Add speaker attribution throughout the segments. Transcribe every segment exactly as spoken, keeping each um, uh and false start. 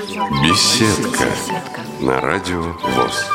Speaker 1: Беседка на радио ВОС.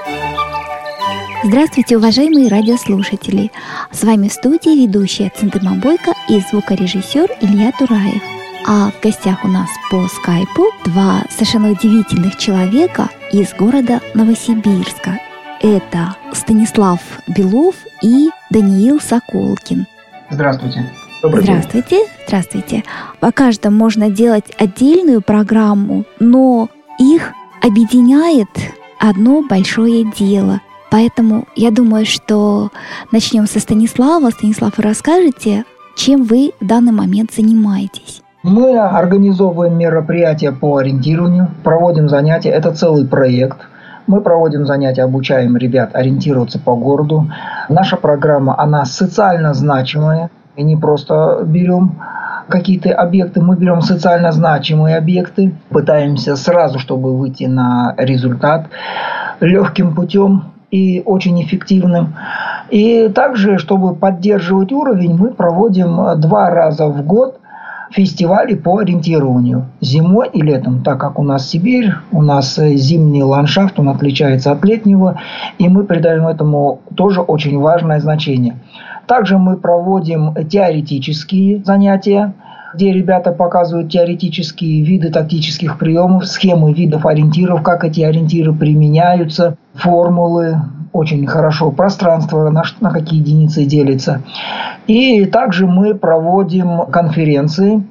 Speaker 2: Здравствуйте, уважаемые радиослушатели! С вами в студии ведущая Центыма Бойко и звукорежиссер Илья Тураев. А в гостях у нас по скайпу два совершенно удивительных человека из города Новосибирска. Это Станислав Белов и Даниил Соколкин.
Speaker 3: Здравствуйте.
Speaker 2: Добрый Здравствуйте. День. Здравствуйте. По каждому можно делать отдельную программу, но их объединяет одно большое дело. Поэтому я думаю, что начнем со Станислава. Станислав, вы расскажете, чем вы в данный момент занимаетесь?
Speaker 3: Мы организовываем мероприятия по ориентированию, проводим занятия. Это целый проект. Мы проводим занятия, обучаем ребят ориентироваться по городу. Наша программа, она социально значимая. И не просто берем какие-то объекты, мы берем социально значимые объекты, пытаемся сразу, чтобы выйти на результат легким путем и очень эффективным. И также, чтобы поддерживать уровень, мы проводим два раза в год фестивали по ориентированию. Зимой и летом, так как у нас Сибирь, у нас зимний ландшафт, он отличается от летнего, и мы придаем этому тоже очень важное значение. Также мы проводим теоретические занятия, где ребята показывают теоретические виды тактических приемов, схемы видов ориентиров, как эти ориентиры применяются, формулы, очень хорошо пространство, на, на какие единицы делится. И также мы проводим конференции,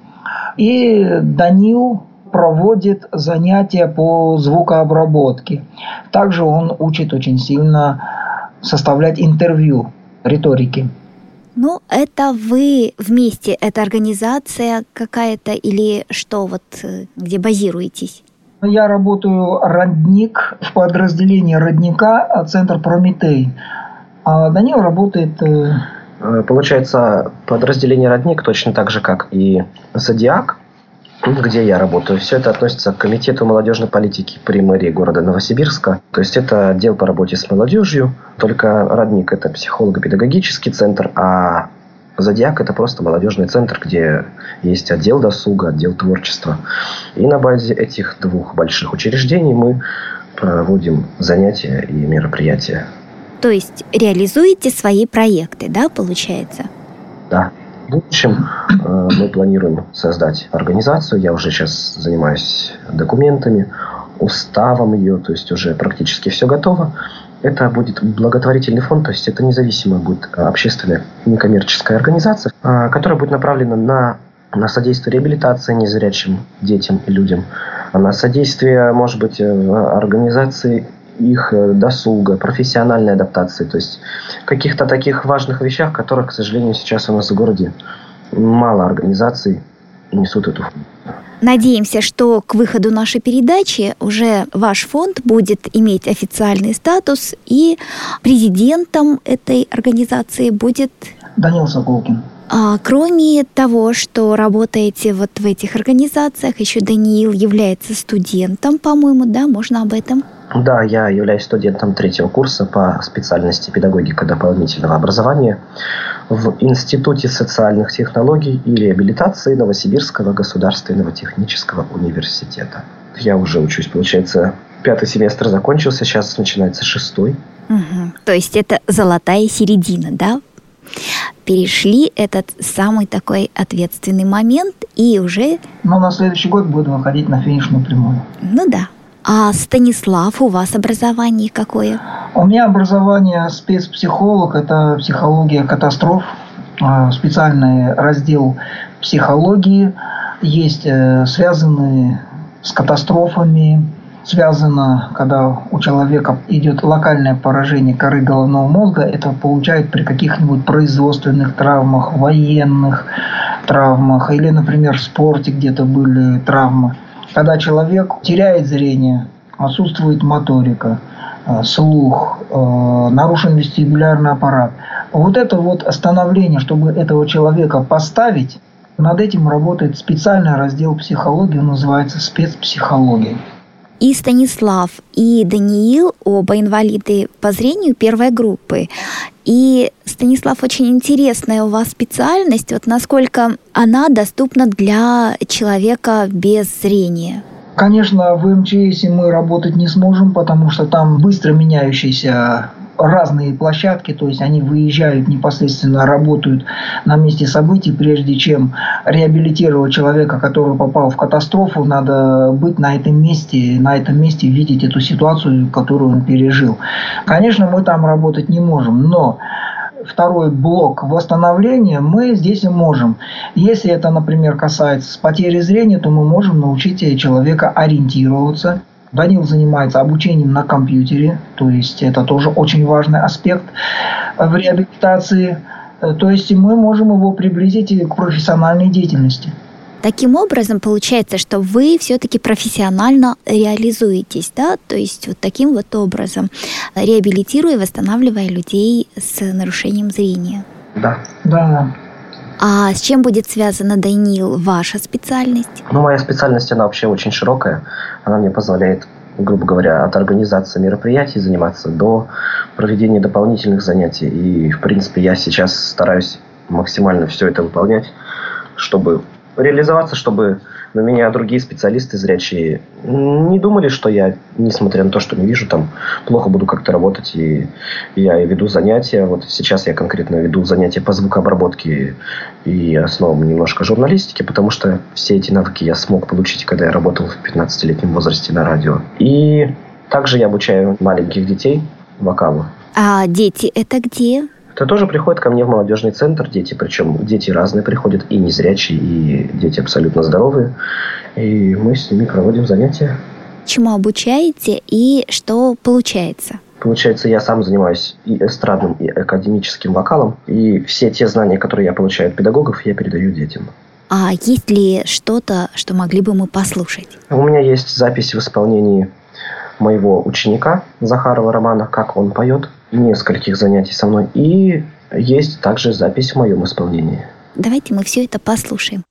Speaker 3: и Данил проводит занятия по звукообработке. Также он учит очень сильно составлять интервью, риторики.
Speaker 2: Ну, это вы вместе, это организация какая-то или что, вот где базируетесь?
Speaker 3: Я работаю родник в подразделении родника Центр Прометей. А Данил работает...
Speaker 4: Получается, подразделение родник точно так же, как и Зодиак, где я работаю. Все это относится к Комитету молодежной политики при мэрии города Новосибирска. То есть это отдел по работе с молодежью. Только родник – это психолого-педагогический центр, а Зодиак – это просто молодежный центр, где есть отдел досуга, отдел творчества. И на базе этих двух больших учреждений мы проводим занятия и мероприятия.
Speaker 2: То есть реализуете свои проекты, да, получается?
Speaker 4: Да. В будущем э, мы планируем создать организацию. Я уже сейчас занимаюсь документами, уставом ее, то есть уже практически все готово. Это будет благотворительный фонд, то есть это независимая будет общественная некоммерческая организация, э, которая будет направлена на, на содействие реабилитации незрячим детям и людям, на содействие, может быть, организации их досуга, профессиональной адаптации, то есть каких-то таких важных вещах, которых, к сожалению, сейчас у нас в городе мало организаций несут эту функцию.
Speaker 2: Надеемся, что к выходу нашей передачи уже ваш фонд будет иметь официальный статус, и президентом этой организации будет
Speaker 3: Даниил Соколкин.
Speaker 2: А кроме того, что работаете вот в этих организациях, еще Даниил является студентом, по-моему, да? Можно об этом?
Speaker 4: Да, я являюсь студентом третьего курса по специальности педагогика дополнительного образования в Институте социальных технологий и реабилитации Новосибирского государственного технического университета. Я уже учусь, получается, пятый семестр закончился, сейчас начинается шестой.
Speaker 2: Угу. То есть это золотая середина, да? Перешли этот самый такой ответственный момент и уже...
Speaker 3: Но на следующий год буду выходить на финишную прямую.
Speaker 2: Ну да. А Станислав, у вас образование какое?
Speaker 3: У меня образование спецпсихолог, это психология катастроф, специальный раздел психологии, есть связанные с катастрофами, связано, когда у человека идет локальное поражение коры головного мозга, это получает при каких-нибудь производственных травмах, военных травмах или, например, в спорте где-то были травмы. Когда человек теряет зрение, отсутствует моторика, слух, нарушен вестибулярный аппарат. Вот это вот становление, чтобы этого человека поставить, над этим работает специальный раздел психологии, он называется спецпсихология.
Speaker 2: И Станислав, и Даниил оба инвалиды по зрению первой группы. И, Станислав, очень интересная у вас специальность, вот насколько она доступна для человека без зрения.
Speaker 3: Конечно, в эм че эсе мы работать не сможем, потому что там быстро меняющиеся разные площадки, то есть они выезжают непосредственно, работают на месте событий. Прежде чем реабилитировать человека, который попал в катастрофу, надо быть на этом месте, на этом месте видеть эту ситуацию, которую он пережил. Конечно, мы там работать не можем, но второй блок восстановления мы здесь и можем. Если это, например, касается потери зрения, то мы можем научить человека ориентироваться. Данил занимается обучением на компьютере, то есть это тоже очень важный аспект в реабилитации. То есть мы можем его приблизить к профессиональной деятельности.
Speaker 2: Таким образом, получается, что вы все-таки профессионально реализуетесь, да? То есть вот таким вот образом, реабилитируя, восстанавливая людей с нарушением зрения.
Speaker 4: Да.
Speaker 3: Да.
Speaker 2: А с чем будет связана, Данил, ваша специальность?
Speaker 4: Ну, моя специальность, она вообще очень широкая. Она мне позволяет, грубо говоря, от организации мероприятий заниматься до проведения дополнительных занятий. И, в принципе, я сейчас стараюсь максимально все это выполнять, чтобы реализоваться, чтобы на меня другие специалисты зрячие не думали, что я, несмотря на то, что не вижу, там плохо буду как-то работать. И я веду занятия. Вот сейчас я конкретно веду занятия по звукообработке и основам немножко журналистики, потому что все эти навыки я смог получить, когда я работал в пятнадцатилетнем возрасте на радио. И также я обучаю маленьких детей вокалу.
Speaker 2: А дети это где?
Speaker 4: Это тоже приходит ко мне в молодежный центр. Дети, причем дети разные приходят, и незрячие, и дети абсолютно здоровые. И мы с ними проводим занятия.
Speaker 2: Чему обучаете и что получается?
Speaker 4: Получается, я сам занимаюсь и эстрадным, и академическим вокалом. И все те знания, которые я получаю от педагогов, я передаю детям.
Speaker 2: А есть ли что-то, что могли бы мы послушать?
Speaker 4: У меня есть запись в исполнении моего ученика Захарова Романа, как он поет, нескольких занятий со мной. И есть также запись в моем исполнении.
Speaker 2: Давайте мы все это послушаем.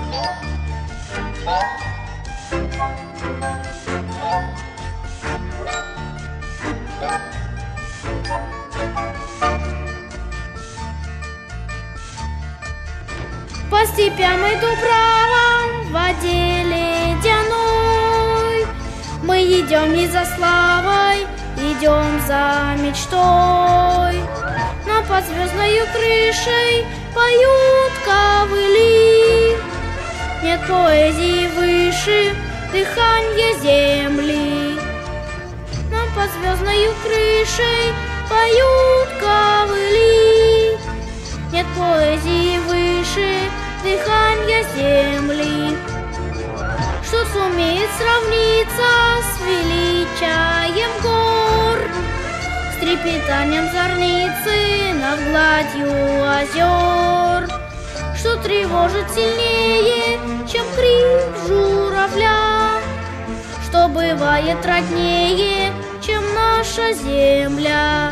Speaker 5: По степям иду право, в воде ледяной. Мы идем не за славой, идем за мечтой. Но под звездною крышей поют ковыли. Нет поэзии выше дыхания земли. Но под звездною крышей поют ковыли. Нет поэзии выше дыхания земли. Что сумеет сравниться с величаем гор, с трепетанием зорницы над гладью озер, что тревожит сильнее, чем крик журавля, что бывает роднее, чем наша земля.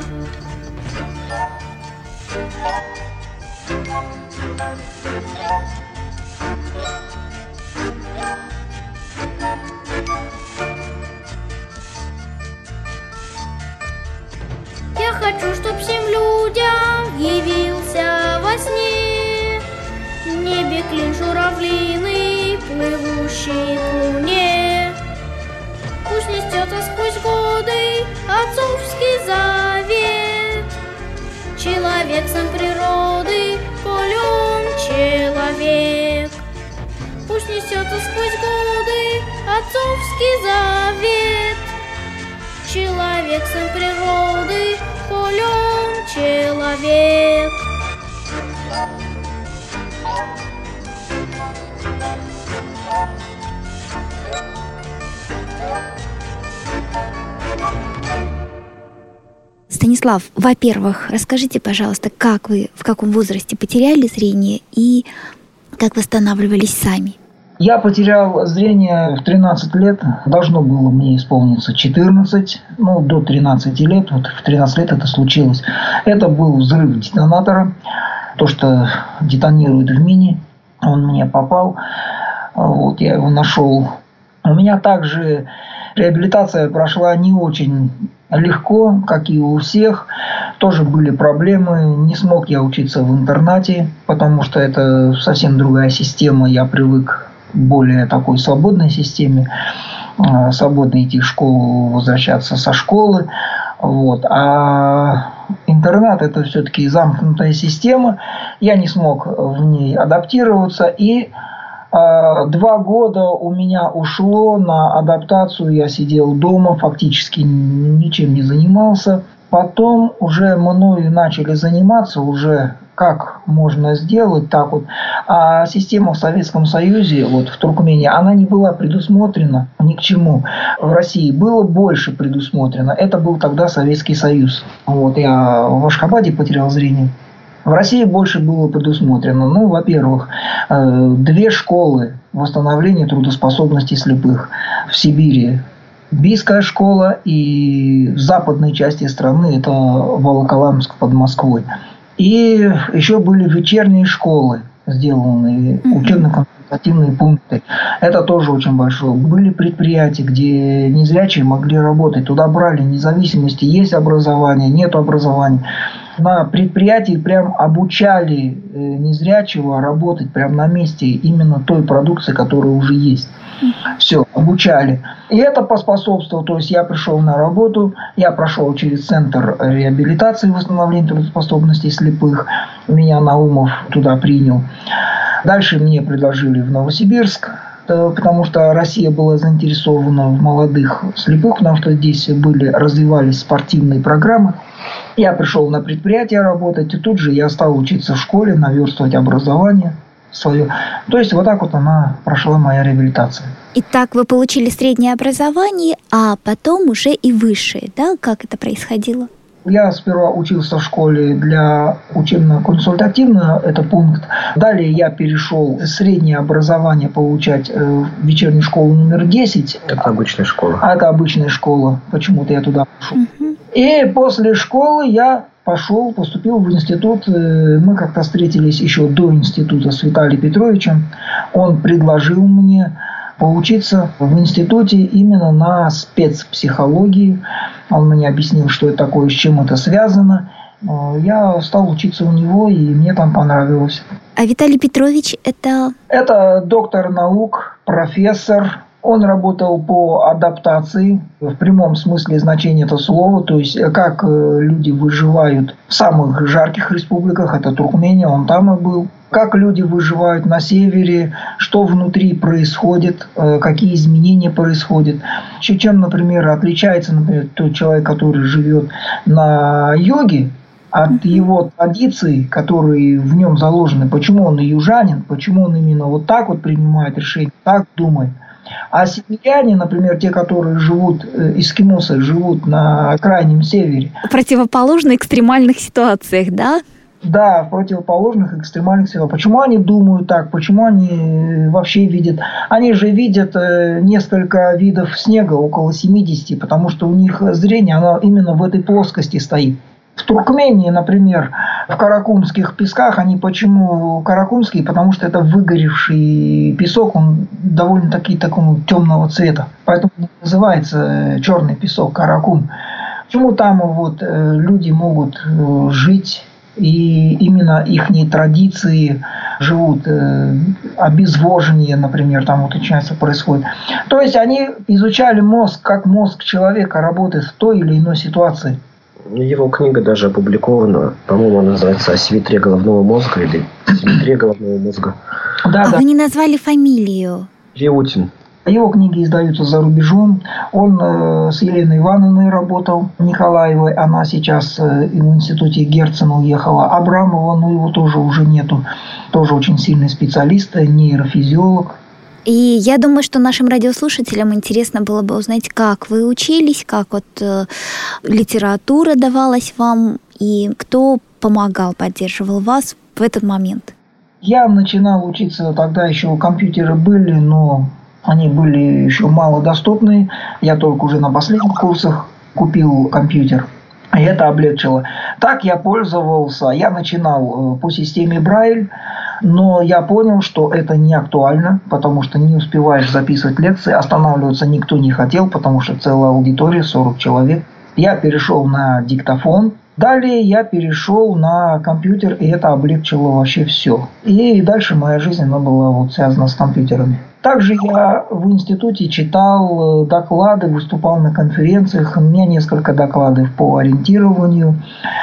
Speaker 5: Я хочу, чтоб всем людям явился во сне в небе клин журавлиный, плывущий к луне. Пусть несется сквозь годы отцовский завет. Человек сын природы, коль он человек. Пусть несется сквозь годы отцовский завет. Человек сын природы, коль он человек.
Speaker 2: Станислав, во-первых, расскажите, пожалуйста, как вы, в каком возрасте потеряли зрение и как восстанавливались сами?
Speaker 3: Я потерял зрение в тринадцать лет. Должно было мне исполниться четырнадцать, ну, до тринадцати лет. Вот в тринадцать лет это случилось. Это был взрыв детонатора. То, что детонирует в мине, он мне попал. Вот, я его нашел. У меня также реабилитация прошла не очень легко, как и у всех. Тоже были проблемы. Не смог я учиться в интернате, потому что это совсем другая система. Я привык к более такой свободной системе. свободно идти в школу, возвращаться со школы. Вот. А интернат – это все-таки замкнутая система. Я не смог в ней адаптироваться. И э, два года у меня ушло на адаптацию. Я сидел дома, фактически ничем не занимался. Потом уже мною начали заниматься, уже как можно сделать так вот. А система в Советском Союзе, вот в Туркмении, она не была предусмотрена ни к чему. В России было больше предусмотрено. Это был тогда Советский Союз. Вот я в Ашхабаде потерял зрение. В России больше было предусмотрено. Ну, во-первых, две школы восстановления трудоспособности слепых в Сибири. Бийская школа, и в западной части страны это Волоколамск под Москвой. И еще были вечерние школы, сделанные, учебно-консультативные пункты. Это тоже очень большое. Были предприятия, где незрячие могли работать. Туда брали независимости, есть образование, нет образования. На предприятии прям обучали незрячего работать прям на месте именно той продукции, которая уже есть. Все, обучали. И это поспособствовало. То есть я пришел на работу, я прошел через Центр реабилитации и восстановления трудоспособностей слепых. Меня Наумов туда принял. Дальше мне предложили в Новосибирск, потому что Россия была заинтересована в молодых слепых, потому что здесь были, развивались спортивные программы. Я пришел на предприятие работать, и тут же я стал учиться в школе, наверстывать образование свое. То есть вот так вот она прошла моя реабилитация.
Speaker 2: Итак, вы получили среднее образование, а потом уже и высшее, да? Как это происходило?
Speaker 3: Я сперва учился в школе для учебно-консультативного, это пункт. Далее я перешел среднее образование получать в вечернюю школу номер десять.
Speaker 4: Это обычная школа.
Speaker 3: А это обычная школа. Почему-то я туда пошел.
Speaker 2: Угу.
Speaker 3: И после школы я пошел, поступил в институт. Мы как-то встретились еще до института с Виталием Петровичем. Он предложил мне поучиться в институте именно на спецпсихологии. Он мне объяснил, что это такое, с чем это связано. Я стал учиться у него, и мне там понравилось.
Speaker 2: А Виталий Петрович это...
Speaker 3: Это доктор наук, профессор. Он работал по адаптации, в прямом смысле значения этого слова, то есть как люди выживают в самых жарких республиках, это Туркмения, он там и был. Как люди выживают на севере, что внутри происходит, какие изменения происходят. Чем, например, отличается, например, тот человек, который живет на юге, от его традиций, которые в нем заложены. Почему он южанин, почему он именно вот так вот принимает решения, так думает. А северяне, например, те, которые живут, эскимосы, живут на крайнем севере.
Speaker 2: Противоположно экстремальных ситуациях, да?
Speaker 3: Да, в противоположных экстремальных ситуациях. Почему они думают так? Почему они вообще видят? Они же видят несколько видов снега, около семидесяти, потому что у них зрение, оно именно в этой плоскости стоит. В Туркмении, например, в каракумских песках, они почему каракумские? Потому что это выгоревший песок, он довольно-таки такого темного цвета. Поэтому называется черный песок, каракум. Почему там вот люди могут жить, и именно их традиции живут, обезвоживание, например, там вот начинается происходит. То есть они изучали мозг, как мозг человека работает в той или иной ситуации.
Speaker 4: Его книга даже опубликована, по-моему, она называется «Асимметрия головного мозга» или «Симметрия головного мозга».
Speaker 2: Да, а да. Вы не назвали фамилию?
Speaker 4: Еутин.
Speaker 3: Его книги издаются за рубежом. Он э, с Еленой Ивановной работал, Николаевой. Она сейчас э, в институте Герцена уехала. Абрамова, ну его тоже уже нету. Тоже очень сильный специалист, нейрофизиолог.
Speaker 2: И я думаю, что нашим радиослушателям интересно было бы узнать, как вы учились, как вот э, литература давалась вам, и кто помогал, поддерживал вас в этот момент.
Speaker 3: Я начинал учиться, тогда еще компьютеры были, но они были еще малодоступны. Я только уже на последних курсах купил компьютер. И это облегчило. Так я пользовался, я начинал по системе Брайль, но я понял, что это не актуально, потому что не успеваешь записывать лекции, останавливаться никто не хотел, потому что целая аудитория, сорок человек. Я перешел на диктофон. Далее я перешел на компьютер, и это облегчило вообще все. И дальше моя жизнь, она была вот связана с компьютерами. Также я в институте читал доклады, выступал на конференциях. У меня несколько докладов по ориентированию,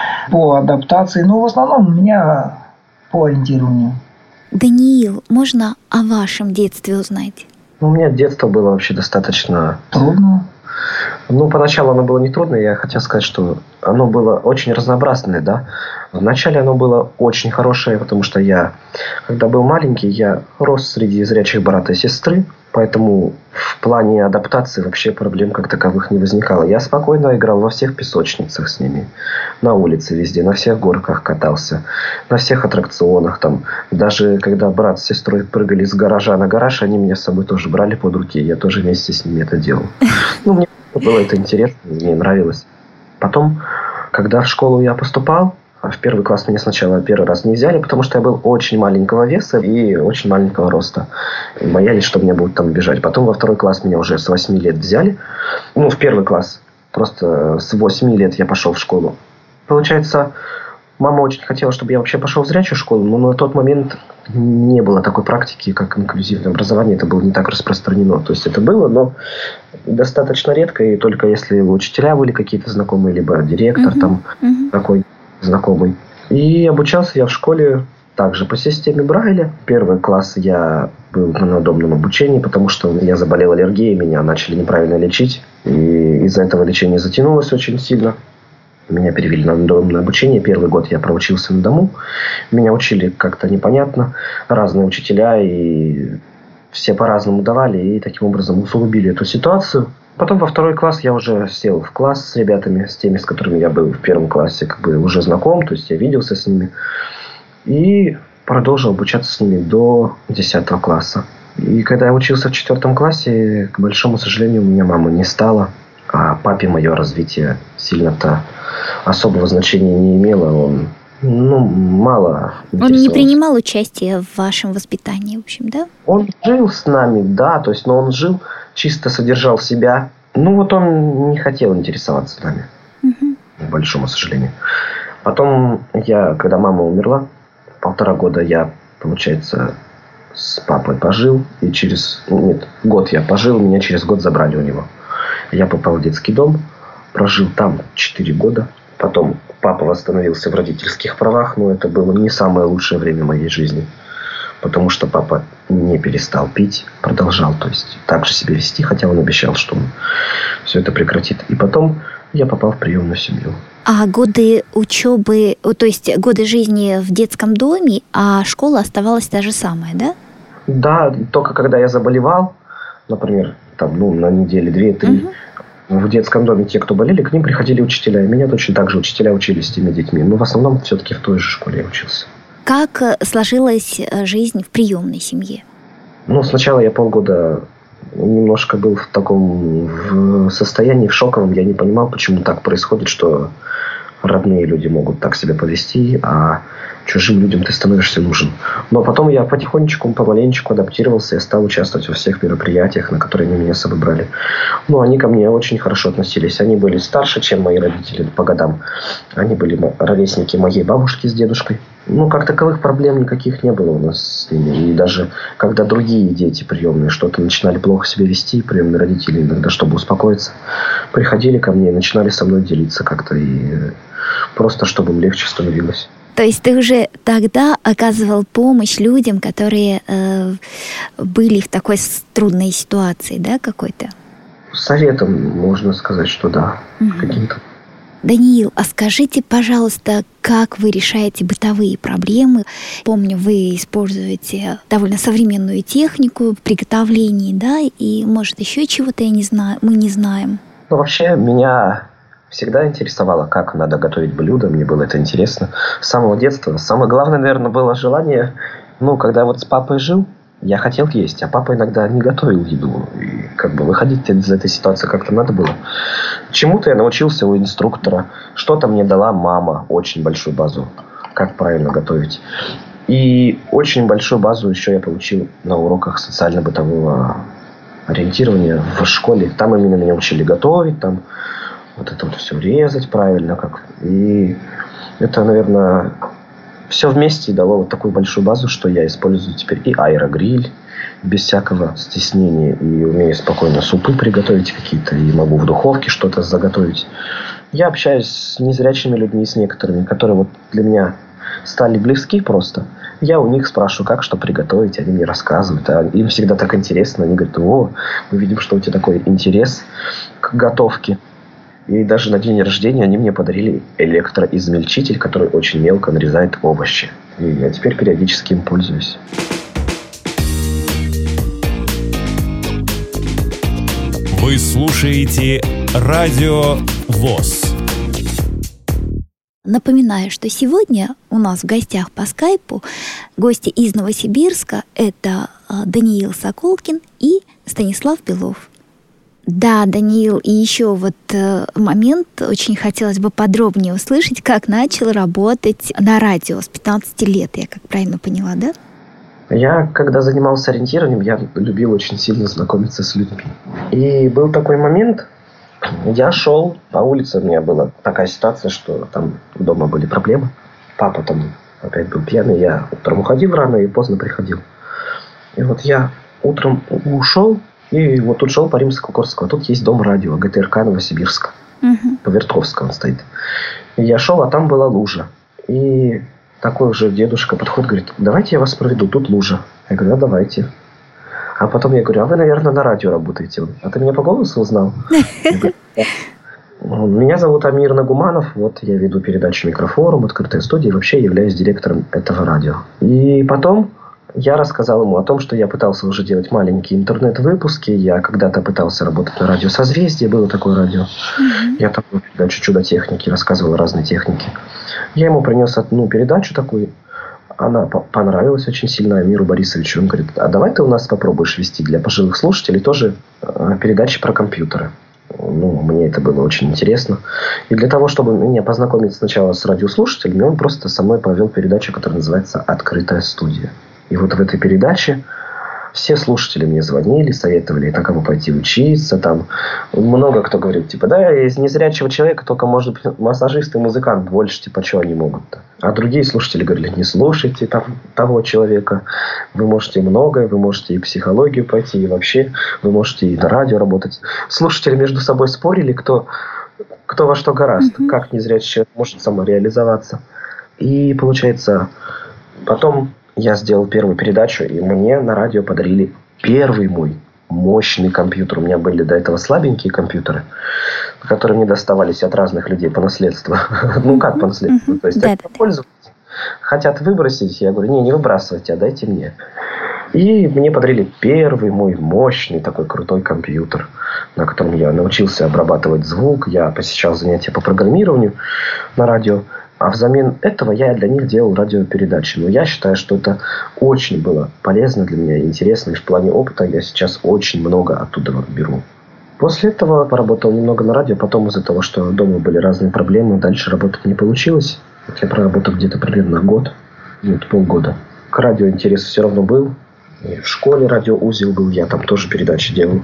Speaker 3: по адаптации. Но в основном у меня по ориентированию.
Speaker 2: Даниил, можно о вашем детстве узнать?
Speaker 4: У меня детство было вообще достаточно...
Speaker 3: Трудно.
Speaker 4: Ну, поначалу оно было не трудно, я хотел сказать, что оно было очень разнообразное, да. Вначале оно было очень хорошее, потому что я, когда был маленький, я рос среди зрячих брата и сестры, поэтому в плане адаптации вообще проблем как таковых не возникало. Я спокойно играл во всех песочницах с ними, на улице везде, на всех горках катался, на всех аттракционах там. Даже когда брат с сестрой прыгали с гаража на гараж, они меня с собой тоже брали под руки, я тоже вместе с ними это делал. Ну, мне было это интересно, мне нравилось. Потом, когда в школу я поступал, в первый класс меня сначала первый раз не взяли, потому что я был очень маленького веса и очень маленького роста. И боялись, что меня будут там бежать. Потом во второй класс меня уже с восьми лет взяли. Ну, в первый класс. Просто с восьми лет я пошел в школу. Получается, мама очень хотела, чтобы я вообще пошел в зрячую школу, но на тот момент не было такой практики, как инклюзивное образование. Это было не так распространено. То есть это было, но достаточно редко. И только если учителя были какие-то знакомые, либо директор uh-huh. там uh-huh. такой знакомый. И обучался я в школе также по системе Брайля. Первый класс я был на надомном обучении, потому что я заболел аллергией, меня начали неправильно лечить. И из-за этого лечение затянулось очень сильно. Меня перевели на надомное обучение. Первый год я проучился на дому. Меня учили как-то непонятно. Разные учителя, и все по-разному давали. И таким образом усугубили эту ситуацию. Потом во второй класс я уже сел в класс с ребятами, с теми, с которыми я был в первом классе, как бы уже знаком, то есть я виделся с ними. И продолжил обучаться с ними до десятого класса. И когда я учился в четвертом классе, к большому сожалению, у меня мамы не стало, а папе мое развитие сильно-то особого значения не имело. Он, ну, мало
Speaker 2: Он не принимал участие в вашем воспитании, в общем, да?
Speaker 4: Он жил с нами, да, то есть, но он жил, чисто содержал себя. Ну, вот он не хотел интересоваться нами, угу. к большому сожалению. Потом я, когда мама умерла, полтора года я, получается, с папой пожил. И через... Нет, год я пожил, меня через год забрали у него. Я попал в детский дом, прожил там четыре года. Потом папа восстановился в родительских правах, но это было не самое лучшее время моей жизни. Потому что папа не перестал пить, продолжал, то есть так же себя вести, хотя он обещал, что он все это прекратит. И потом я попал в приемную семью.
Speaker 2: А годы учебы, то есть годы жизни в детском доме, а школа оставалась та же самая, да?
Speaker 4: Да, только когда я заболевал, например, там, ну, на неделе две-три, угу. в детском доме те, кто болели, к ним приходили учителя. И меня точно так же учителя учили с теми детьми. Но в основном все-таки в той же школе я учился.
Speaker 2: Как сложилась жизнь в приемной семье?
Speaker 4: Ну, сначала я полгода немножко был в таком в состоянии, в шоковом. Я не понимал, почему так происходит, что родные люди могут так себя повести, а чужим людям ты становишься нужен. Но потом я потихонечку, помаленечку адаптировался и стал участвовать во всех мероприятиях, на которые они меня с собой брали. Ну, они ко мне очень хорошо относились. Они были старше, чем мои родители по годам. Они были ровесники моей бабушки с дедушкой. Ну, как таковых проблем никаких не было у нас с ними. И даже когда другие дети приемные что-то начинали плохо себя вести, приемные родители иногда, чтобы успокоиться, приходили ко мне и начинали со мной делиться как-то. И просто, чтобы им легче становилось.
Speaker 2: То есть ты уже тогда оказывал помощь людям, которые э, были в такой трудной ситуации, да, какой-то?
Speaker 4: Советом можно сказать, что да, угу. каким-то.
Speaker 2: Даниил, а скажите, пожалуйста, как вы решаете бытовые проблемы? Помню, вы используете довольно современную технику приготовления, да, и, может, еще чего-то, я не знаю, мы не знаем.
Speaker 4: Ну, вообще, меня всегда интересовало, как надо готовить блюда, мне было это интересно. С самого детства. Самое главное, наверное, было желание, ну, когда вот с папой жил, я хотел есть, а папа иногда не готовил еду. И как бы выходить из этой ситуации как-то надо было. Чему-то я научился у инструктора. Что-то мне дала мама, очень большую базу, как правильно готовить. И очень большую базу еще я получил на уроках социально-бытового ориентирования в школе. Там именно меня учили готовить, там вот это вот все резать правильно. Как. И это, наверное, все вместе дало вот такую большую базу, что я использую теперь и аэрогриль без всякого стеснения, и умею спокойно супы приготовить какие-то, и могу в духовке что-то заготовить. Я общаюсь с незрячими людьми, с некоторыми, которые вот для меня стали близки просто. Я у них спрашиваю, как что приготовить, они мне рассказывают. А им всегда так интересно. Они говорят: о, мы видим, что у тебя такой интерес к готовке. И даже на день рождения они мне подарили электроизмельчитель, который очень мелко нарезает овощи. И я теперь периодически им пользуюсь.
Speaker 6: Вы слушаете Радио ВОС.
Speaker 2: Напоминаю, что сегодня у нас в гостях по скайпу гости из Новосибирска. Это Даниил Соколкин и Станислав Белов. Да, Даниил, и еще вот момент, очень хотелось бы подробнее услышать, как начал работать на радио с пятнадцати лет, я как правильно поняла, да?
Speaker 4: Я, когда занимался ориентированием, я любил очень сильно знакомиться с людьми. И был такой момент, я шел по улице, у меня была такая ситуация, что там дома были проблемы. Папа там опять был пьяный, я утром уходил рано и поздно приходил. И вот я утром ушел, и вот тут шел по Римско-Корского. Тут есть дом радио, ГТРК Новосибирска. Uh-huh. По Вертковскому он стоит. И я шел, а там была лужа. И такой уже дедушка подходит, говорит: давайте я вас проведу, тут лужа. Я говорю: да, давайте. А потом я говорю: а вы, наверное, на радио работаете. А ты меня по голосу узнал? Меня зовут Амир Нагуманов. Вот я веду передачу «Микрофорум», «Открытая студия», и вообще являюсь директором этого радио. И потом я рассказал ему о том, что я пытался уже делать маленькие интернет-выпуски. Я когда-то пытался работать на радио «Созвездие», было такое радио. Mm-hmm. Я там передачу «Чудо техники», рассказывал о разной технике. Я ему принес одну передачу такую. Она понравилась очень сильно Амиру Борисовичу. Он говорит: а давай ты у нас попробуешь вести для пожилых слушателей тоже передачи про компьютеры. Ну, мне это было очень интересно. И для того, чтобы меня познакомить сначала с радиослушателями, он просто со мной повел передачу, которая называется «Открытая студия». И вот в этой передаче все слушатели мне звонили, советовали, на кого пойти учиться. Там много кто говорит, типа, да, из незрячего человека только может быть массажист и музыкант. Больше, типа, что они могут-то? А другие слушатели говорили: не слушайте там того человека. Вы можете многое, вы можете и психологию пойти, и вообще вы можете и на радио работать. Слушатели между собой спорили, кто, кто во что гораст, mm-hmm. как незрячий человек может самореализоваться. И получается, потом я сделал первую передачу, и мне на радио подарили первый мой мощный компьютер. У меня были до этого слабенькие компьютеры, которые мне доставались от разных людей по наследству. Ну, как по наследству? То есть, они пользовались, хотят выбросить. Я говорю: не, не выбрасывайте, а дайте мне. И мне подарили первый мой мощный такой крутой компьютер, на котором я научился обрабатывать звук. Я посещал занятия по программированию на радио. А взамен этого я для них делал радиопередачи. Но я считаю, что это очень было полезно для меня и интересно. И в плане опыта я сейчас очень много оттуда беру. После этого поработал немного на радио. Потом из-за того, что дома были разные проблемы, дальше работать не получилось. Я проработал где-то примерно год. Нет, полгода. К радио интерес все равно был. И в школе радиоузел был. Я там тоже передачи делал.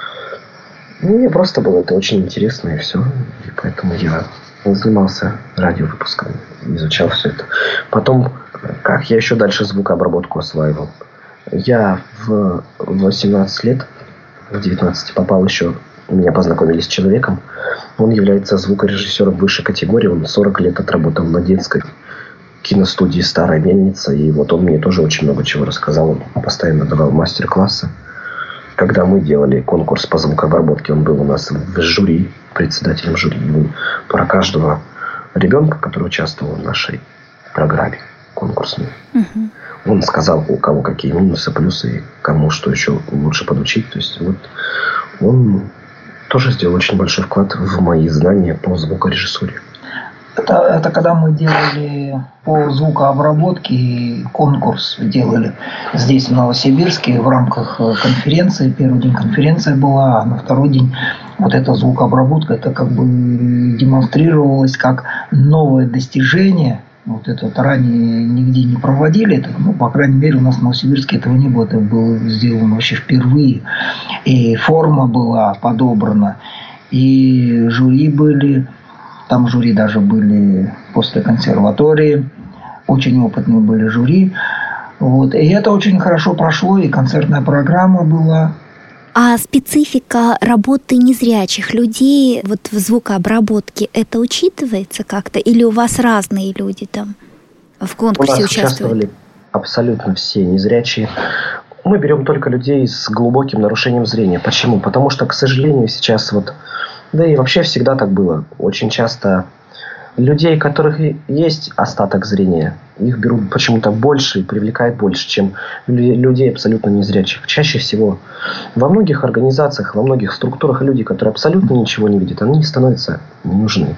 Speaker 4: Мне просто было это очень интересно, и все. И поэтому я занимался радиовыпусками, изучал все это. Потом, как я еще дальше звукообработку осваивал. Я в восемнадцать лет, в девятнадцать попал еще, меня познакомили с человеком. Он является звукорежиссером высшей категории. Он сорок лет отработал на детской киностудии «Старая мельница». И вот он мне тоже очень много чего рассказал. Он постоянно давал мастер-классы. Когда мы делали конкурс по звукообработке, он был у нас в жюри, председателем жюри. Он про каждого ребенка, который участвовал в нашей программе конкурсной. Угу. Он сказал, у кого какие минусы, плюсы, и кому что еще лучше подучить. То есть вот он тоже сделал очень большой вклад в мои знания по звукорежиссуре.
Speaker 3: Это, это когда мы делали по звукообработке, конкурс делали здесь, в Новосибирске, в рамках конференции. Первый день конференция была, а на второй день вот эта звукообработка, это как бы демонстрировалось как новое достижение. Вот это вот ранее нигде не проводили, это, ну, по крайней мере, у нас в Новосибирске этого не было, это было сделано вообще впервые. И форма была подобрана. и жюри были, там жюри даже были после консерватории, очень опытные были жюри. Вот. И это очень хорошо прошло, и концертная программа была.
Speaker 2: А специфика работы незрячих людей вот в звукообработке, это учитывается как-то? Или у вас разные люди там в конкурсе
Speaker 4: у нас
Speaker 2: участвуют?
Speaker 4: Участвовали абсолютно все незрячие. Мы берем только людей с глубоким нарушением зрения. Почему? Потому что, к сожалению, сейчас вот, да и вообще всегда так было. Очень часто людей, у которых есть остаток зрения, их берут почему-то больше и привлекает больше, чем людей абсолютно незрячих. Чаще всего во многих организациях, во многих структурах люди, которые абсолютно ничего не видят, они становятся не нужны.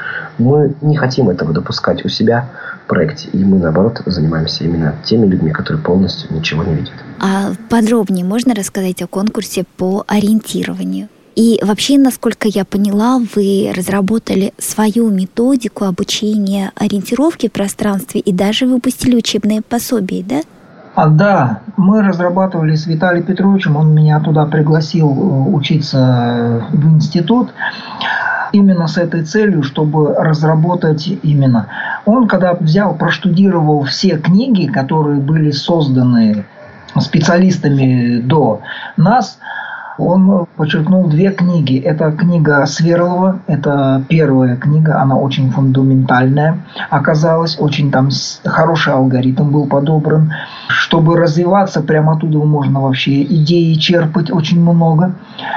Speaker 4: Мы не хотим этого допускать у себя в проекте, и мы, наоборот, занимаемся именно теми людьми, которые полностью ничего не видят.
Speaker 2: А подробнее можно рассказать о конкурсе по ориентированию? И вообще, насколько я поняла, вы разработали свою методику обучения ориентировки в пространстве и даже выпустили учебные пособия, да?
Speaker 3: А, да, мы разрабатывали с Виталием Петровичем, он меня туда пригласил учиться в институт, именно с этой целью, чтобы разработать именно. Он когда взял, проштудировал все книги, которые были созданы специалистами до нас, он подчеркнул две книги. Это книга Сверлова, это первая книга, она очень фундаментальная оказалась, очень там хороший алгоритм был подобран. Чтобы развиваться, прямо оттуда можно вообще идеи черпать очень много.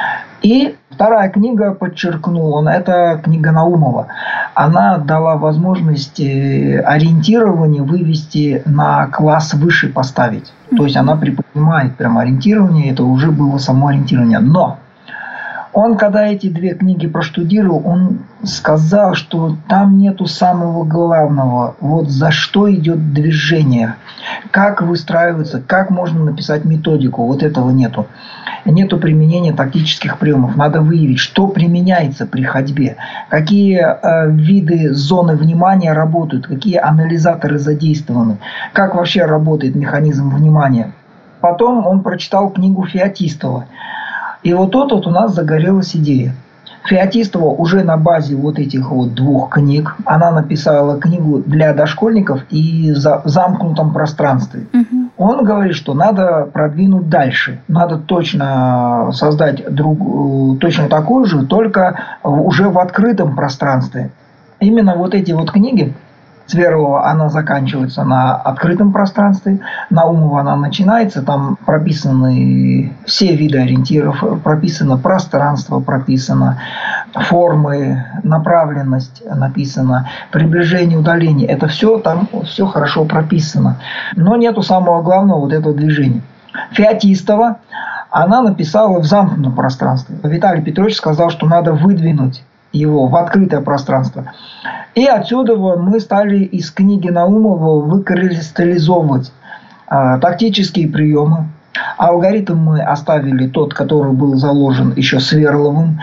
Speaker 3: И вторая книга, подчеркнул он, это книга Наумова. Она дала возможность ориентирование вывести на класс выше поставить. То есть она приподнимает прямо ориентирование, это уже было само ориентирование. Но он, когда эти две книги проштудировал, он сказал, что там нету самого главного, вот за что идет движение, как выстраивается, как можно написать методику, вот этого нету. Нету применения тактических приемов. Надо выявить, что применяется при ходьбе, какие э, виды зоны внимания работают, какие анализаторы задействованы, как вообще работает механизм внимания. Потом он прочитал книгу Феотистова. И вот тут вот у нас загорелась идея. Феотистова уже на базе вот этих вот двух книг, она написала книгу для дошкольников и в замкнутом пространстве. Угу. Он говорит, что надо продвинуть дальше. Надо точно создать друг, точно такую же, только уже в открытом пространстве. Именно вот эти вот книги, Сверлова, она заканчивается на открытом пространстве, Наумова она начинается, там прописаны все виды ориентиров, прописано пространство, прописано формы, направленность написано, приближение, удаление. Это все там все хорошо прописано. Но нету самого главного вот этого движения. Феотистова она написала в замкнутом пространстве. Виталий Петрович сказал, что надо выдвинуть его в открытое пространство. И отсюда мы стали из книги Наумова выкристаллизовывать э, тактические приемы. Алгоритм мы оставили тот, который был заложен еще Сверловым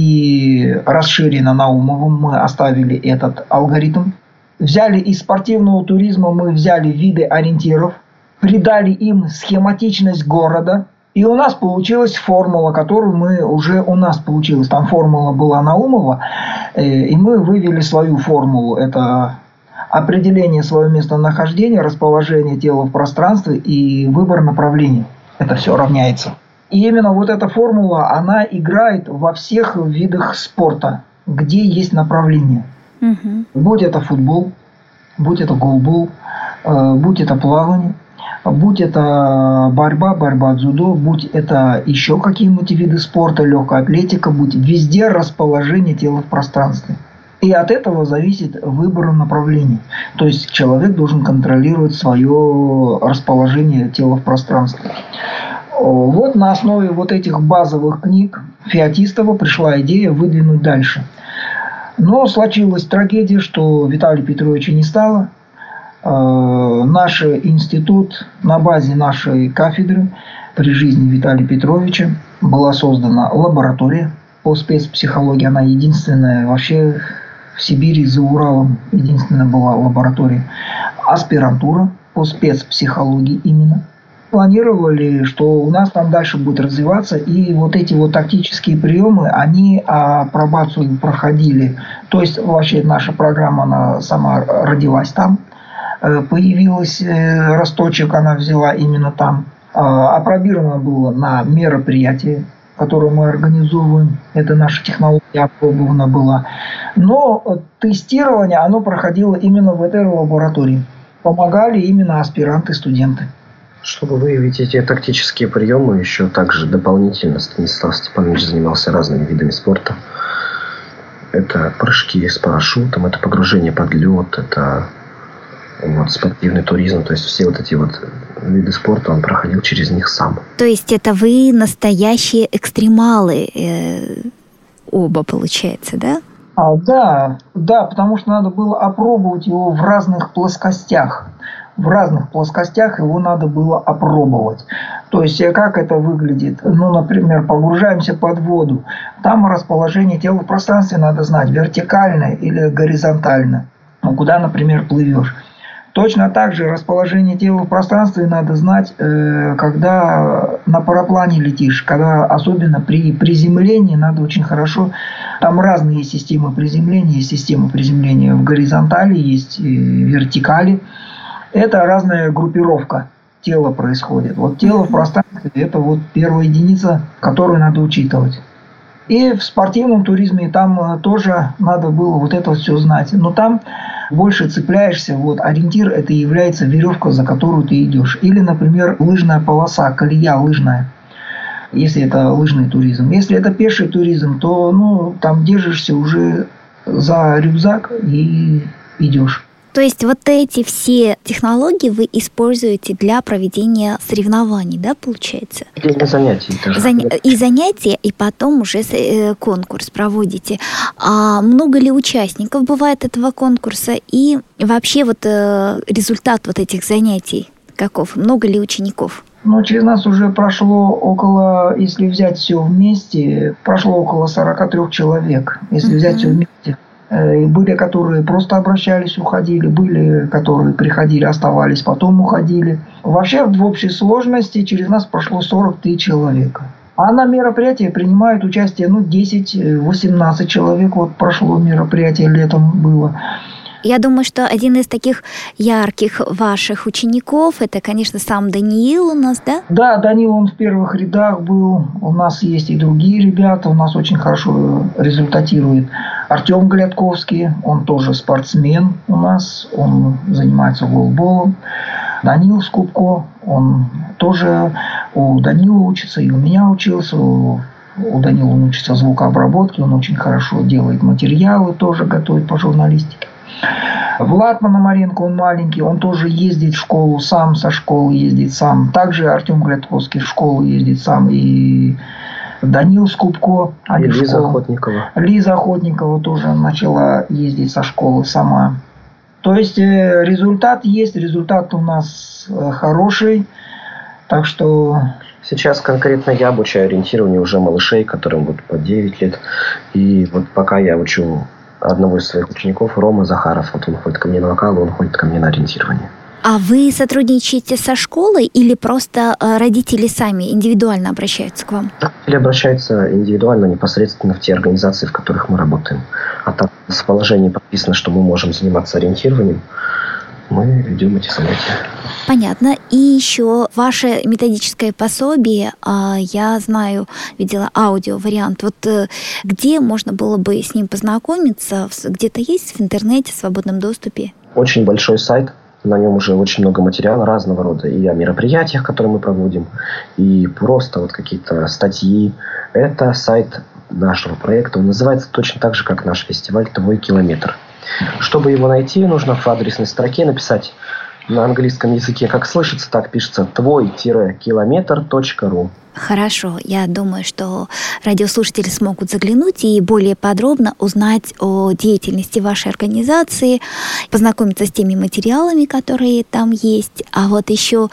Speaker 3: и расширенно Наумовым. Мы оставили этот алгоритм. Взяли из спортивного туризма, мы взяли виды ориентиров, придали им схематичность города. И у нас получилась формула, которую мы уже у нас получилась. Там формула была Наумова, и мы вывели свою формулу. Это определение своего местонахождения, расположение тела в пространстве и выбор направления. Это все равняется. И именно вот эта формула, она играет во всех видах спорта, где есть направление. Угу. Будь это футбол, будь это голбол, будь это плавание. Будь это борьба, борьба дзюдо, будь это еще какие-нибудь виды спорта, легкая атлетика, будь везде расположение тела в пространстве. И от этого зависит выбор направления. То есть человек должен контролировать свое расположение тела в пространстве. Вот на основе вот этих базовых книг Феотистова пришла идея выдвинуть дальше. Но случилась трагедия, что Виталия Петровича не стало. Наш институт на базе нашей кафедры при жизни Виталия Петровича была создана лаборатория по спецпсихологии. Она единственная вообще в Сибири за Уралом, единственная была лаборатория. Аспирантура по спецпсихологии именно. планировали, что у нас там дальше будет развиваться, и вот эти вот тактические приемы, они апробацию проходили. То есть вообще наша программа, она сама родилась там, появилась, росточек она взяла именно там. Апробировано было на мероприятии, которое мы организовываем. Это наша технология опробована была. Но тестирование, оно проходило именно в этой лаборатории. Помогали именно аспиранты, студенты.
Speaker 4: Чтобы выявить эти тактические приемы, еще также дополнительно Станислав Степанович занимался разными видами спорта. Это прыжки с парашютом, это погружение под лед, это вот, спортивный туризм. То есть все вот эти вот виды спорта он проходил через них сам.
Speaker 2: То есть это вы настоящие экстремалы э, оба, получается, да?
Speaker 3: А, да, да, потому что надо было опробовать его в разных плоскостях. В разных плоскостях его надо было опробовать. То есть, как это выглядит? Ну, например, погружаемся под воду. Там расположение тела в пространстве надо знать, вертикально или горизонтально. Ну, куда, например, плывешь. Точно так же расположение тела в пространстве надо знать, когда на параплане летишь, когда особенно при приземлении надо очень хорошо. Там разные системы приземления, есть система приземления в горизонтали, есть в вертикали. Это разная группировка тела происходит. Вот тело в пространстве – это вот первая единица, которую надо учитывать. И в спортивном туризме там тоже надо было вот это все знать. Но там больше цепляешься, вот ориентир это является веревка, за которую ты идешь. Или, например, лыжная полоса, колея лыжная, если это лыжный туризм. Если это пеший туризм, то ну, там держишься уже за рюкзак и идешь.
Speaker 2: То есть вот эти все технологии вы используете для проведения соревнований, да, получается?
Speaker 4: Для занятий.
Speaker 2: Заня... И занятия, и потом уже конкурс проводите. А много ли участников бывает этого конкурса? И вообще вот результат вот этих занятий каков? Много ли учеников?
Speaker 3: Ну, через нас уже прошло около, если взять все вместе, прошло около сорок три человек, если uh-huh. взять все вместе. И были, которые просто обращались, уходили, были, которые приходили, оставались, потом уходили. Вообще в общей сложности через нас прошло сорок три человека. А на мероприятии принимают участие ну, десять-восемнадцать человек. Вот прошло мероприятие, летом было.
Speaker 2: Я думаю, что один из таких ярких ваших учеников, это, конечно, сам Даниил у нас, да?
Speaker 3: Да, Даниил, он в первых рядах был. У нас есть и другие ребята, у нас очень хорошо результатирует. Артем Глядковский, он тоже спортсмен у нас, он занимается голболом. Даниил Скупко, он тоже у Данила учится, и у меня учился. У Данила он учится звукообработке, он очень хорошо делает материалы, тоже готовит по журналистике. Влад Пономаренко, он маленький, он тоже ездит в школу сам, со школы ездит сам. Также Артем Глядковский в школу ездит сам. И Данил Скупко.
Speaker 4: И Лиза Охотникова.
Speaker 3: Лиза Охотникова тоже начала ездить со школы сама. То есть результат есть, результат у нас хороший. Так что...
Speaker 4: Сейчас конкретно я обучаю ориентированию уже малышей, которым вот по девять лет. И вот пока я учу одного из своих учеников, Рома Захаров, вот он ходит ко мне на вокал, он ходит ко мне на ориентирование.
Speaker 2: А вы сотрудничаете со школой или просто родители сами индивидуально обращаются к вам?
Speaker 4: Родители обращаются индивидуально, непосредственно в те организации, в которых мы работаем. А так в положении прописано, что мы можем заниматься ориентированием, мы ведем эти занятия.
Speaker 2: Понятно. И еще ваше методическое пособие, я знаю, видела аудио-вариант. Вот где можно было бы с ним познакомиться? Где-то есть в интернете, в свободном доступе?
Speaker 4: Очень большой сайт. На нем уже очень много материала разного рода. И о мероприятиях, которые мы проводим, и просто вот какие-то статьи. Это сайт нашего проекта. Он называется точно так же, как наш фестиваль «Твой километр». Чтобы его найти, нужно в адресной строке написать на английском языке, как слышится, так пишется твой-километр точка ру.
Speaker 2: Хорошо, я думаю, что радиослушатели смогут заглянуть и более подробно узнать о деятельности вашей организации, познакомиться с теми материалами, которые там есть. А вот еще,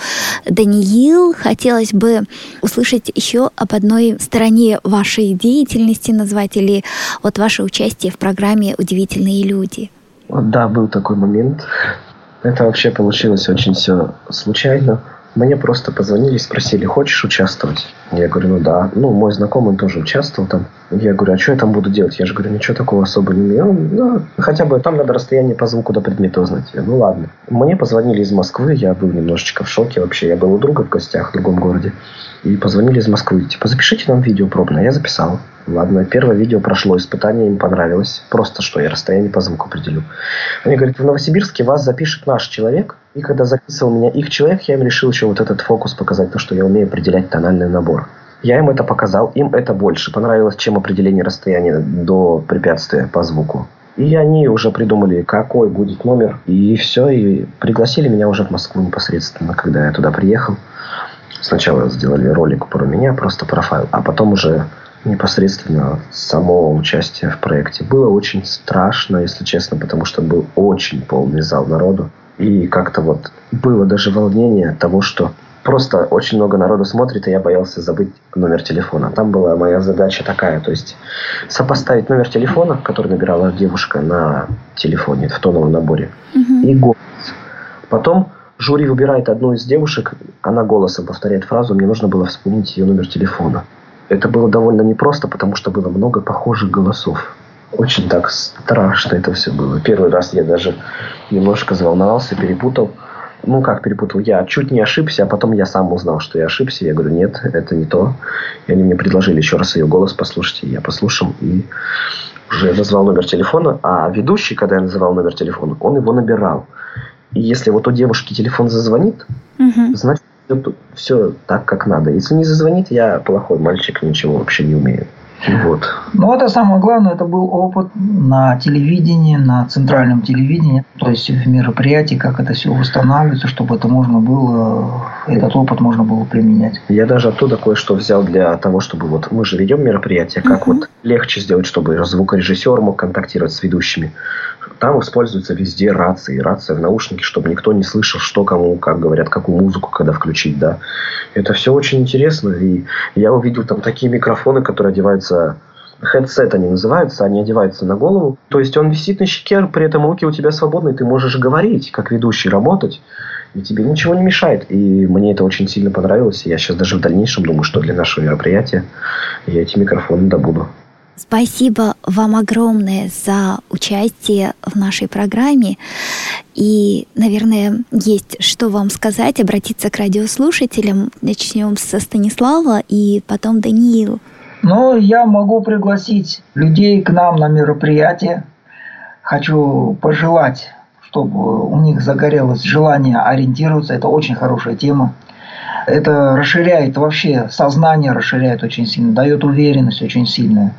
Speaker 2: Даниил, хотелось бы услышать еще об одной стороне вашей деятельности, назвать, или вот ваше участие в программе «Удивительные люди».
Speaker 4: Вот, да, был такой момент. Это вообще получилось очень все случайно. Мне просто позвонили и спросили, хочешь участвовать? Я говорю, ну да. Ну, мой знакомый тоже участвовал там. Я говорю, а что я там буду делать? Я же говорю, ничего такого особо не имею. Ну, хотя бы там надо расстояние по звуку до предмета узнать. Я, ну ладно. Мне позвонили из Москвы, я был немножечко в шоке вообще. Я был у друга в гостях в другом городе. И позвонили из Москвы. Типа, запишите нам видео пробное. Я записал. Ладно, первое видео прошло испытание, им понравилось. Просто что, я расстояние по звуку определю. Они говорят, в Новосибирске вас запишет наш человек. И когда записывал меня их человек, я им решил еще вот этот фокус показать, то, что я умею определять тональный набор. Я им это показал, им это больше понравилось, чем определение расстояния до препятствия по звуку. И они уже придумали, какой будет номер. И все, и пригласили меня уже в Москву непосредственно, когда я туда приехал. Сначала сделали ролик про меня, просто профайл, а потом уже непосредственно само участие в проекте. Было очень страшно, если честно, потому что был очень полный зал народу. И как-то вот было даже волнение от того, что просто очень много народу смотрит, и я боялся забыть номер телефона. Там была моя задача такая, то есть сопоставить номер телефона, который набирала девушка на телефоне в тоновом наборе, mm-hmm. и голос. Потом жюри выбирает одну из девушек, она голосом повторяет фразу, мне нужно было вспомнить ее номер телефона. Это было довольно непросто, потому что было много похожих голосов. Очень так страшно это все было. Первый раз я даже немножко заволновался, перепутал. Ну, как перепутал? Я чуть не ошибся, а потом я сам узнал, что я ошибся. Я говорю, нет, это не то. И они мне предложили еще раз ее голос послушать. И я послушал и уже назвал номер телефона. А ведущий, когда я называл номер телефона, он его набирал. И если вот у девушки телефон зазвонит, угу. значит, все, все так, как надо. Если не зазвонит, я плохой мальчик, ничего вообще не умею. Вот.
Speaker 3: Ну, это самое главное, это был опыт на телевидении, на центральном телевидении, то есть в мероприятии, как это все восстанавливается, чтобы это можно было, этот опыт можно было применять.
Speaker 4: Я даже оттуда кое-что взял для того, чтобы вот мы же ведем мероприятие, как uh-huh. вот легче сделать, чтобы звукорежиссер мог контактировать с ведущими. Там используются везде рации, рация в наушнике, чтобы никто не слышал, что кому, как говорят, какую музыку, когда включить, да. Это все очень интересно, и я увидел там такие микрофоны, которые одеваются, хедсет они называются, они одеваются на голову. То есть он висит на щеке, при этом руки у тебя свободны, ты можешь говорить, как ведущий, работать, и тебе ничего не мешает. И мне это очень сильно понравилось, и я сейчас даже в дальнейшем думаю, что для нашего мероприятия я эти микрофоны добуду.
Speaker 2: Спасибо вам огромное за участие в нашей программе. И, наверное, есть что вам сказать, обратиться к радиослушателям. Начнем со Станислава и потом Даниил.
Speaker 3: Ну, я могу пригласить людей к нам на мероприятие. Хочу пожелать, чтобы у них загорелось желание ориентироваться. Это очень хорошая тема. Это расширяет вообще сознание, расширяет очень сильно, дает уверенность очень сильную.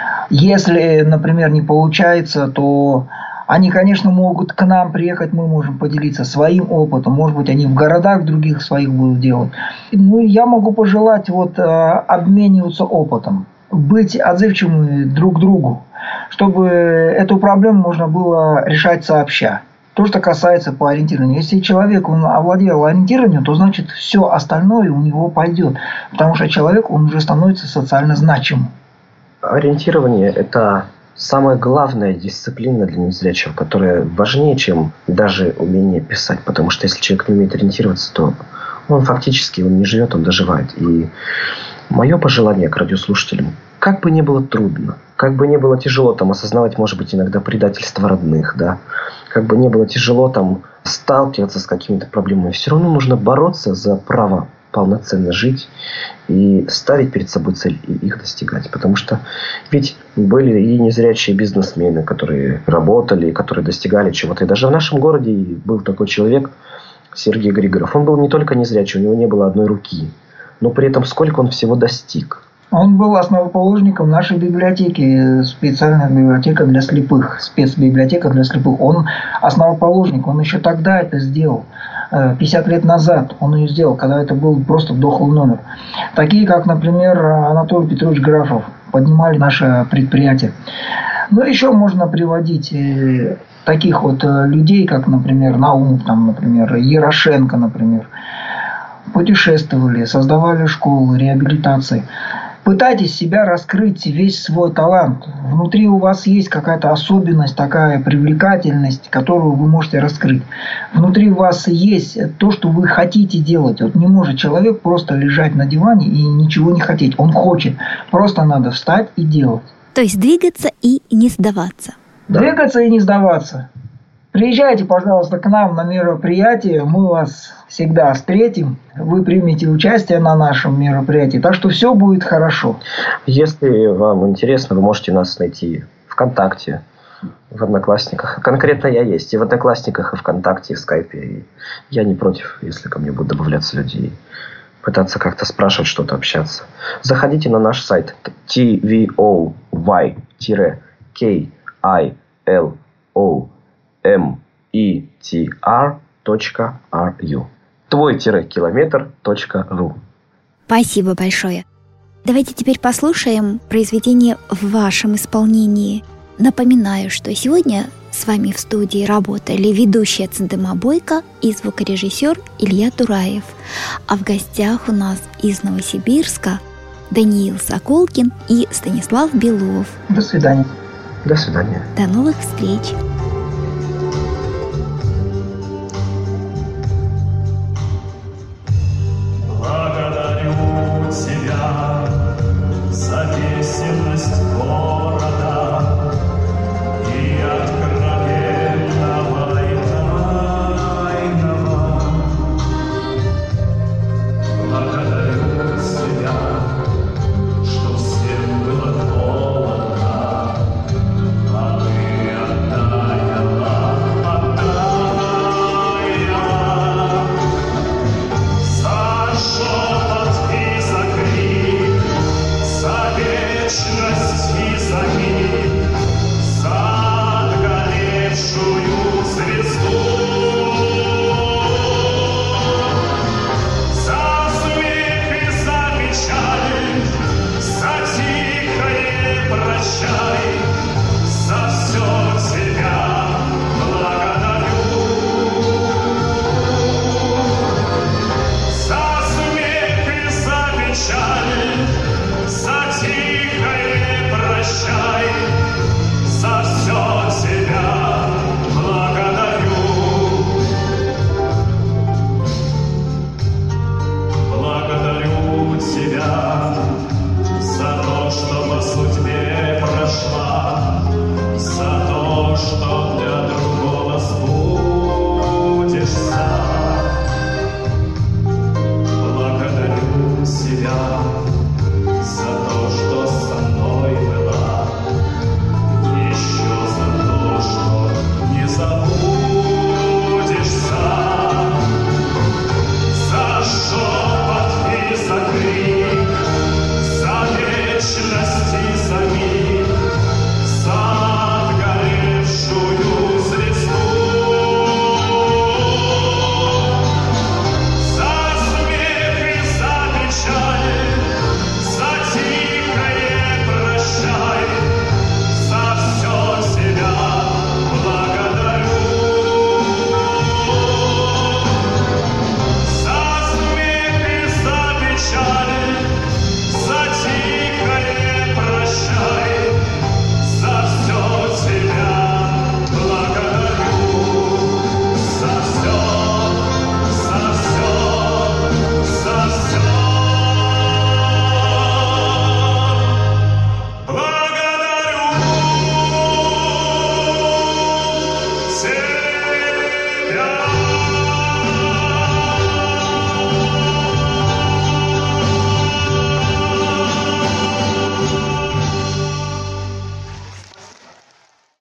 Speaker 3: Если, например, не получается, то они, конечно, могут к нам приехать, мы можем поделиться своим опытом. Может быть, они в городах других своих будут делать. Ну, я могу пожелать вот, обмениваться опытом, быть отзывчивыми друг к другу, чтобы эту проблему можно было решать сообща. То, что касается по ориентированию. Если человек он овладел ориентированием, то значит все остальное у него пойдет. Потому что человек он уже становится социально значимым.
Speaker 4: Ориентирование – это самая главная дисциплина для незрячего, которая важнее, чем даже умение писать. Потому что если человек не умеет ориентироваться, то он фактически он не живет, он доживает. И мое пожелание к радиослушателям – как бы ни было трудно, как бы ни было тяжело там осознавать, может быть, иногда предательство родных, да, как бы ни было тяжело там сталкиваться с какими-то проблемами, все равно нужно бороться за право полноценно жить и ставить перед собой цель и их достигать. Потому что ведь были и незрячие бизнесмены, которые работали, которые достигали чего-то. И даже в нашем городе был такой человек, Сергей Григоров. Он был не только незрячий, у него не было одной руки. Но при этом сколько он всего достиг.
Speaker 3: Он был основоположником нашей библиотеки, специальная библиотека для слепых, спецбиблиотека для слепых. Он основоположник, он еще тогда это сделал. пятьдесят лет назад он ее сделал, когда это был просто дохлый номер. Такие, как, например, Анатолий Петрович Графов, поднимали наше предприятие. Ну, еще можно приводить таких вот людей, как, например, Наумов, там, например, Ярошенко, например. Путешествовали, создавали школы, реабилитации. Пытайтесь себя раскрыть, весь свой талант. Внутри у вас есть какая-то особенность, такая привлекательность, которую вы можете раскрыть. Внутри у вас есть то, что вы хотите делать. Вот не может человек просто лежать на диване и ничего не хотеть. Он хочет. Просто надо встать и делать.
Speaker 2: То есть двигаться и не сдаваться.
Speaker 3: Да. Двигаться и не сдаваться. Приезжайте, пожалуйста, к нам на мероприятие. Мы вас всегда встретим. Вы примете участие на нашем мероприятии. Так что все будет хорошо.
Speaker 4: Если вам интересно, вы можете нас найти ВКонтакте, в Одноклассниках. Конкретно я есть и в Одноклассниках, и ВКонтакте, и в Скайпе. И я не против, если ко мне будут добавляться люди. Пытаться как-то спрашивать что-то, общаться. Заходите на наш сайт ти ви о вай кей ай эл о эм и ти ар точка ар ю твой-километр точка ру.
Speaker 2: Спасибо большое. Давайте теперь послушаем произведение в вашем исполнении. Напоминаю, что сегодня с вами в студии работали ведущая Центыма Бойко и звукорежиссер Илья Тураев. А в гостях у нас из Новосибирска Даниил Соколкин и Станислав Белов.
Speaker 3: До свидания.
Speaker 4: До свидания.
Speaker 2: До новых встреч.